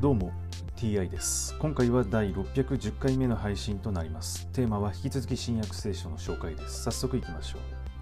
どうも TI です。今回は第610回目の配信となります。テーマは引き続き新約聖書の紹介です。早速いきましょう。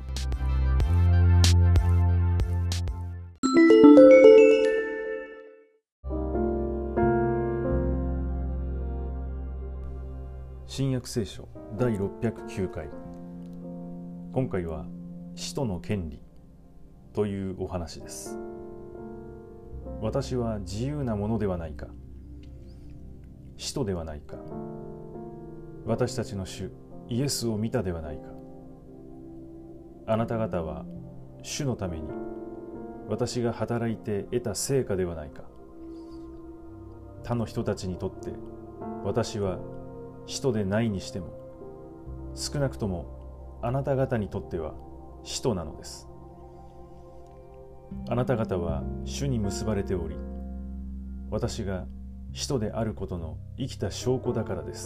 新約聖書第609回。今回は使徒の権利というお話です。私は自由なものではないか、使徒ではないか、私たちの主イエスを見たではないか。あなた方は主のために私が働いて得た成果ではないか。他の人たちにとって私は使徒でないにしても、少なくともあなた方にとっては使徒なのです。あなた方は主に結ばれており、私が使徒であることの生きた証拠だからです。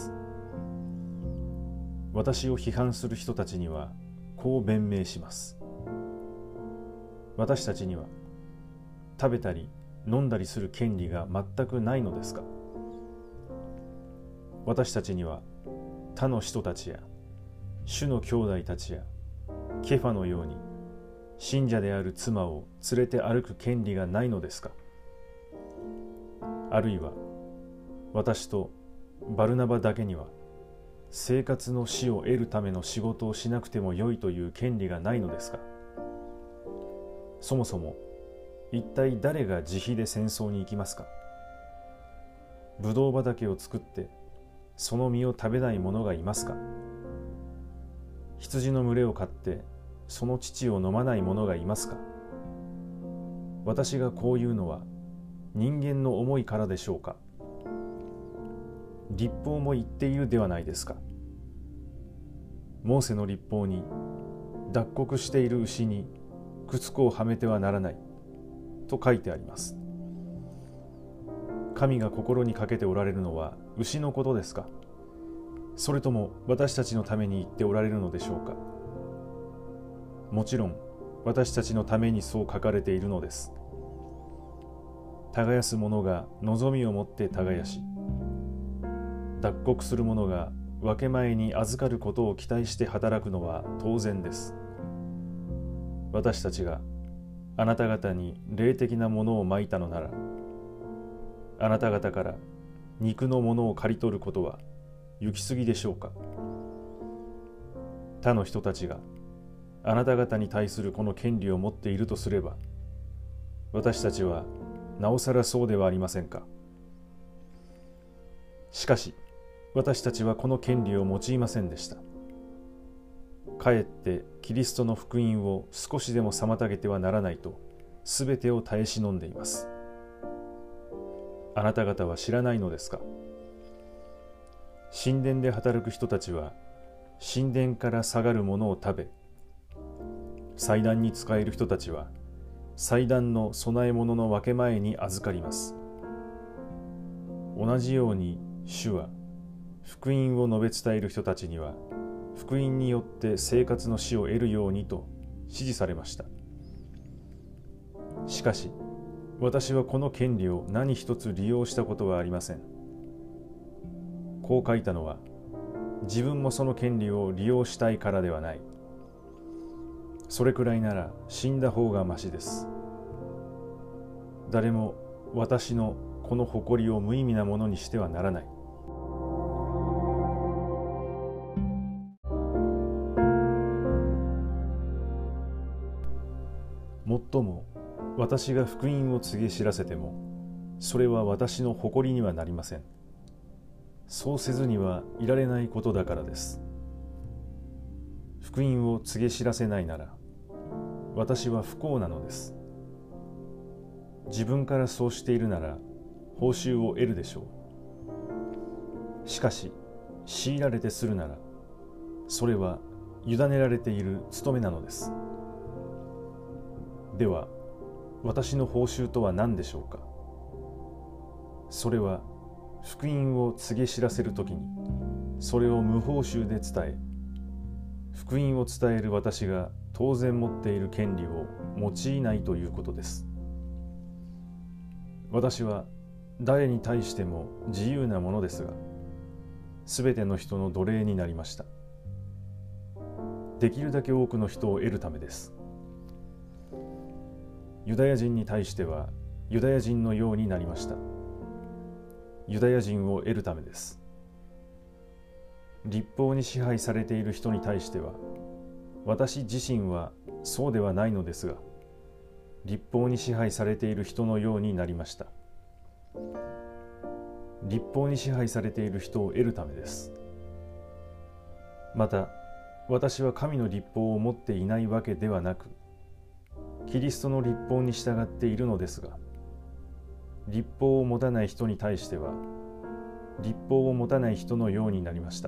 私を批判する人たちにはこう弁明します。私たちには食べたり飲んだりする権利が全くないのですか。私たちには他の人たちや主の兄弟たちやケファのように信者である妻を連れて歩く権利がないのですか。あるいは私とバルナバだけには生活の死を得るための仕事をしなくてもよいという権利がないのですか。そもそも一体誰が自費で戦争に行きますか。ブドウ畑を作ってその実を食べない者がいますか。羊の群れを飼ってその乳を飲まない者がいますか。私がこういうのは人間の思いからでしょうか。律法も言っているではないですか。モーセの律法に脱穀している牛に靴子をはめてはならないと書いてあります。神が心にかけておられるのは牛のことですか。それとも私たちのために言っておられるのでしょうか。もちろん私たちのためにそう書かれているのです。耕す者が望みを持って耕し、脱穀する者が分け前に預かることを期待して働くのは当然です。私たちがあなた方に霊的なものをまいたのなら、あなた方から肉のものを刈り取ることは行き過ぎでしょうか。他の人たちがあなた方に対するこの権利を持っているとすれば、私たちはなおさらそうではありませんか。しかし私たちはこの権利を用いませんでした。かえってキリストの福音を少しでも妨げてはならないと、すべてを耐え忍んでいます。あなた方は知らないのですか。神殿で働く人たちは神殿から下がるものを食べ、祭壇に仕える人たちは祭壇の供え物の分け前に預かります。同じように主は福音を述べ伝える人たちには福音によって生活の死を得るようにと指示されました。しかし私はこの権利を何一つ利用したことはありません。こう書いたのは自分もその権利を利用したいからではない。それくらいなら死んだ方がましです。誰も私のこの誇りを無意味なものにしてはならない。もっとも私が福音を告げ知らせても、それは私の誇りにはなりません。そうせずにはいられないことだからです。福音を告げ知らせないなら私は不幸なのです。自分からそうしているなら報酬を得るでしょう。しかし強いられてするなら、それは委ねられている務めなのです。では私の報酬とは何でしょうか。それは福音を告げ知らせるときにそれを無報酬で伝え、福音を伝える私が当然持っている権利を用いないということです。私は誰に対しても自由なものですが、すべての人の奴隷になりました。できるだけ多くの人を得るためです。ユダヤ人に対してはユダヤ人のようになりました。ユダヤ人を得るためです。律法に支配されている人に対しては、私自身はそうではないのですが、律法に支配されている人のようになりました。律法に支配されている人を得るためです。また、私は神の律法を持っていないわけではなく、キリストの律法に従っているのですが、律法を持たない人に対しては、律法を持たない人のようになりました。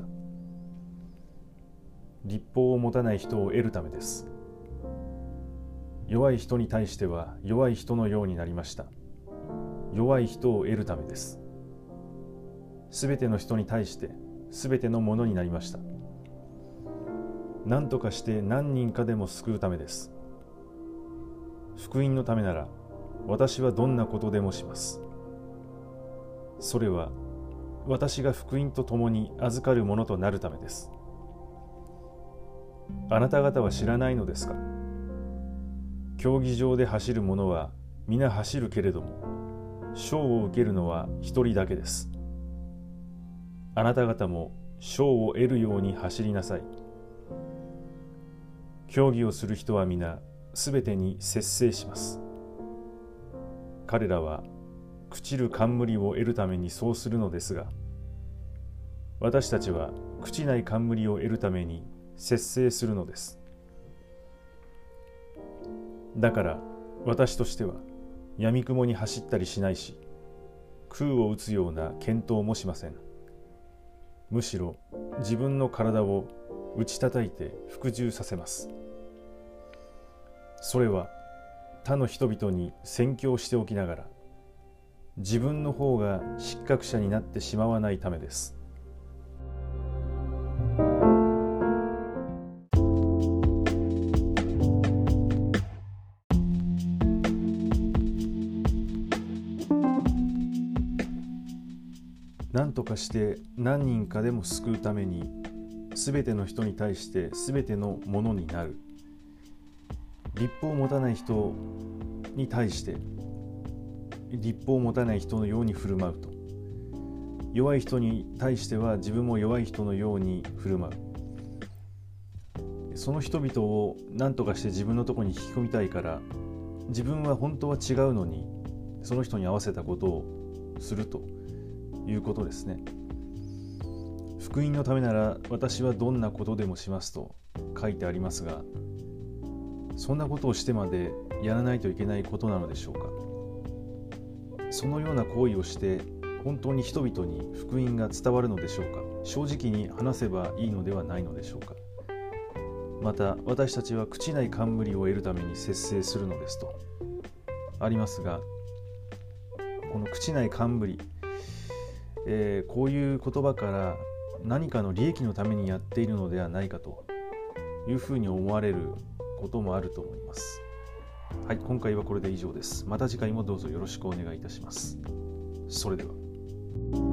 律法を持たない人を得るためです。弱い人に対しては弱い人のようになりました。弱い人を得るためです。すべての人に対してすべてのものになりました。何とかして何人かでも救うためです。福音のためなら私はどんなことでもします。それは私が福音とともに預かるものとなるためです。あなた方は知らないのですか？競技場で走る者は皆走るけれども、賞を受けるのは一人だけです。あなた方も賞を得るように走りなさい。競技をする人は皆すべてに節制します。彼らは朽ちる冠を得るためにそうするのですが、私たちは朽ちない冠を得るために節制するのです。だから私としては闇雲に走ったりしないし、空を打つような健闘もしません。むしろ自分の体を打ち叩いて服従させます。それは他の人々に宣教しておきながら、自分の方が失格者になってしまわないためです。何とかして何人かでも救うために、すべての人に対してすべてのものになる。律法を持たない人に対して律法を持たない人のように振る舞うと、弱い人に対しては自分も弱い人のように振る舞う。その人々を何とかして自分のところに引き込みたいから、自分は本当は違うのにその人に合わせたことをするということですね。福音のためなら私はどんなことでもしますと書いてありますが、そんなことをしてまでやらないといけないことなのでしょうか。そのような行為をして本当に人々に福音が伝わるのでしょうか。正直に話せばいいのではないのでしょうか。また私たちは朽ちない冠を得るために節制するのですとありますが、この朽ちない冠、こういう言葉から何かの利益のためにやっているのではないかというふうに思われることもあると思います。はい、今回はこれで以上です。また次回もどうぞよろしくお願いいたします。それでは。